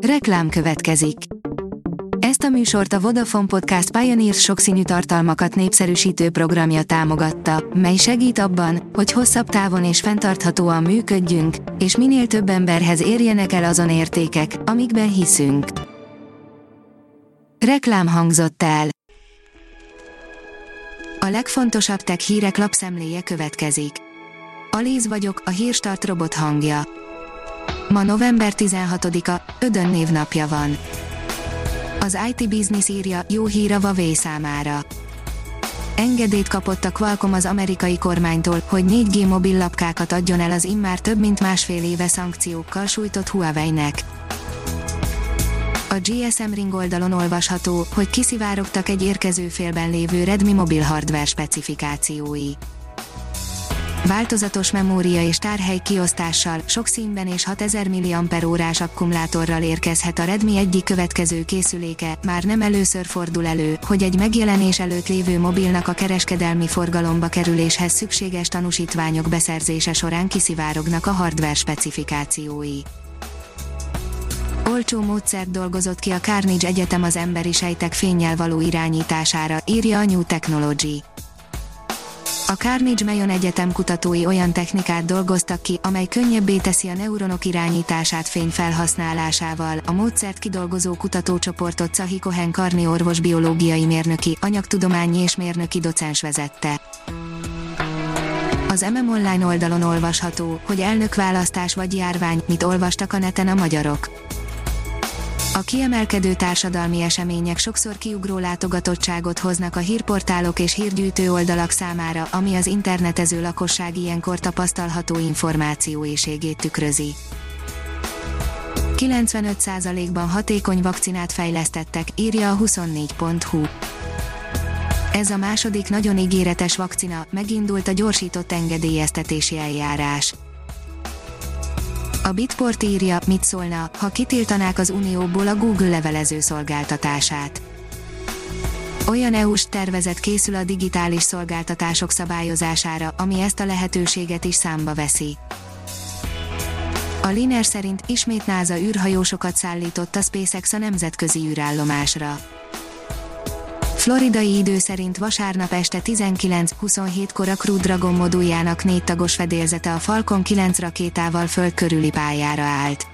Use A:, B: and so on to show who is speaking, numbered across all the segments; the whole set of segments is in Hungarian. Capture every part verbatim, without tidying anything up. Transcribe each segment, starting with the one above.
A: Reklám következik. Ezt a műsort a Vodafone Podcast Pioneers sokszínű tartalmakat népszerűsítő programja támogatta, mely segít abban, hogy hosszabb távon és fenntarthatóan működjünk, és minél több emberhez érjenek el azon értékek, amikben hiszünk. Reklám hangzott el. A legfontosabb tech hírek lapszemléje következik. Alíz vagyok, a Hírstart robot hangja. Ma november tizenhatodika, Ödön névnapja van. Az i té Business írja, jó hír a Huawei számára. Engedélyt kapott a Qualcomm az amerikai kormánytól, hogy négy G mobil lapkákat adjon el az immár több mint másfél éve szankciókkal sújtott Huaweinek. A gé es em Ring oldalon olvasható, hogy kiszivárogtak egy érkező félben lévő Redmi mobil hardware specifikációi. Változatos memória és tárhely kiosztással, sok színben és hatezer milliampere órás akkumulátorral érkezhet a Redmi egyik következő készüléke, már nem először fordul elő, hogy egy megjelenés előtt lévő mobilnak a kereskedelmi forgalomba kerüléshez szükséges tanúsítványok beszerzése során kiszivárognak a hardware specifikációi. Olcsó módszert dolgozott ki a Carnegie Egyetem az emberi sejtek fénnyel való irányítására, írja a New Technology. A Carnegie Mellon Egyetem kutatói olyan technikát dolgoztak ki, amely könnyebbé teszi a neuronok irányítását fény felhasználásával. A módszert kidolgozó kutatócsoportot Zahi Cohen-Carney orvosbiológiai mérnöki, anyagtudományi és mérnöki docens vezette. Az em em Online oldalon olvasható, hogy elnökválasztás vagy járvány, mit olvastak a neten a magyarok. A kiemelkedő társadalmi események sokszor kiugró látogatottságot hoznak a hírportálok és hírgyűjtő oldalak számára, ami az internetező lakosság ilyenkor tapasztalható információéhségét tükrözi. kilencvenöt százalékban hatékony vakcinát fejlesztettek, írja a huszonnégy pont hu. Ez a második nagyon ígéretes vakcina, megindult a gyorsított engedélyeztetési eljárás. A Bitport írja, mit szólna, ha kitiltanák az Unióból a Google levelező szolgáltatását. Olyan é u-s tervezet készül a digitális szolgáltatások szabályozására, ami ezt a lehetőséget is számba veszi. A Liner szerint ismét NASA űrhajósokat szállított a SpaceX a nemzetközi űrállomásra. Floridai idő szerint vasárnap este tizenkilenc huszonhétkor a Crew Dragon moduljának négy tagos fedélzete a Falcon kilenc rakétával föld körüli pályára állt.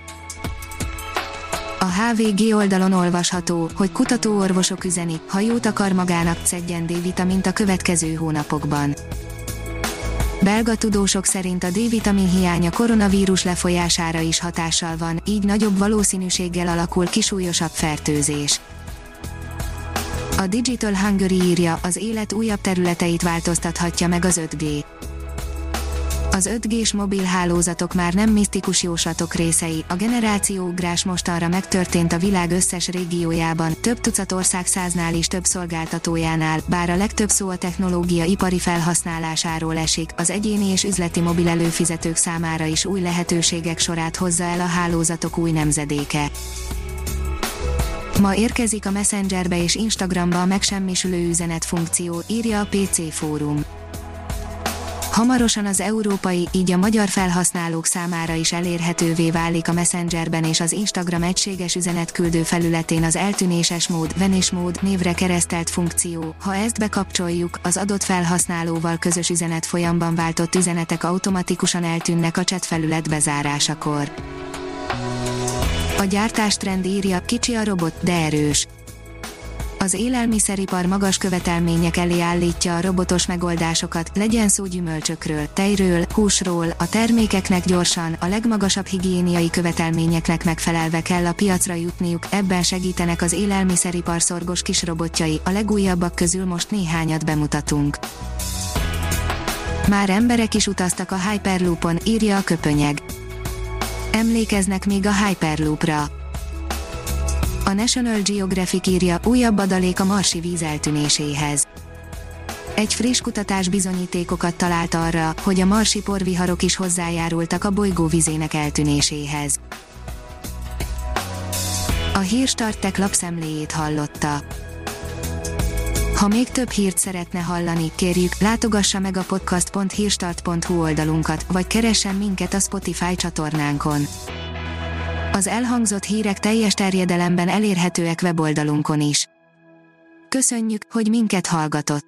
A: A há vé gé oldalon olvasható, hogy kutatóorvosok üzenik, ha jót akar magának, szedjen D-vitamint a következő hónapokban. Belga tudósok szerint a D-vitamin hiánya koronavírus lefolyására is hatással van, így nagyobb valószínűséggel alakul ki súlyosabb fertőzés. A Digital Hungary írja, az élet újabb területeit változtathatja meg az öt G. Az öt G-s mobil hálózatok már nem misztikus jóslatok részei, a generációugrás mostanra megtörtént a világ összes régiójában, több tucat ország száznál is több szolgáltatójánál, bár a legtöbb szó a technológia ipari felhasználásáról esik, az egyéni és üzleti mobil előfizetők számára is új lehetőségek sorát hozza el a hálózatok új nemzedéke. Ma érkezik a Messengerbe és Instagramba a megsemmisülő üzenet funkció, írja a pé cé Fórum. Hamarosan az európai, így a magyar felhasználók számára is elérhetővé válik a Messengerben és az Instagram egységes üzenetküldő felületén az eltűnéses mód, vanish mód névre keresztelt funkció. Ha ezt bekapcsoljuk, az adott felhasználóval közös üzenet folyamban váltott üzenetek automatikusan eltűnnek a chat felület bezárásakor. A gyártástrend írja, kicsi a robot, de erős. Az élelmiszeripar magas követelmények elé állítja a robotos megoldásokat, legyen szó gyümölcsökről, tejről, húsról, a termékeknek gyorsan, a legmagasabb higiéniai követelményeknek megfelelve kell a piacra jutniuk, ebben segítenek az élelmiszeripar szorgos kis robotjai, a legújabbak közül most néhányat bemutatunk. Már emberek is utaztak a Hyperloopon, írja a Köpönyeg. Emlékeznek még a Hyperloopra. A National Geographic írja, újabb adalék a marsi víz eltűnéséhez. Egy friss kutatás bizonyítékokat talált arra, hogy a marsi porviharok is hozzájárultak a bolygó vizének eltűnéséhez. A Hírstart Tech lapszemléjét hallotta. Ha még több hírt szeretne hallani, kérjük, látogassa meg a podcast pont hírstart pont hu oldalunkat, vagy keressen minket a Spotify csatornánkon. Az elhangzott hírek teljes terjedelemben elérhetőek weboldalunkon is. Köszönjük, hogy minket hallgatott!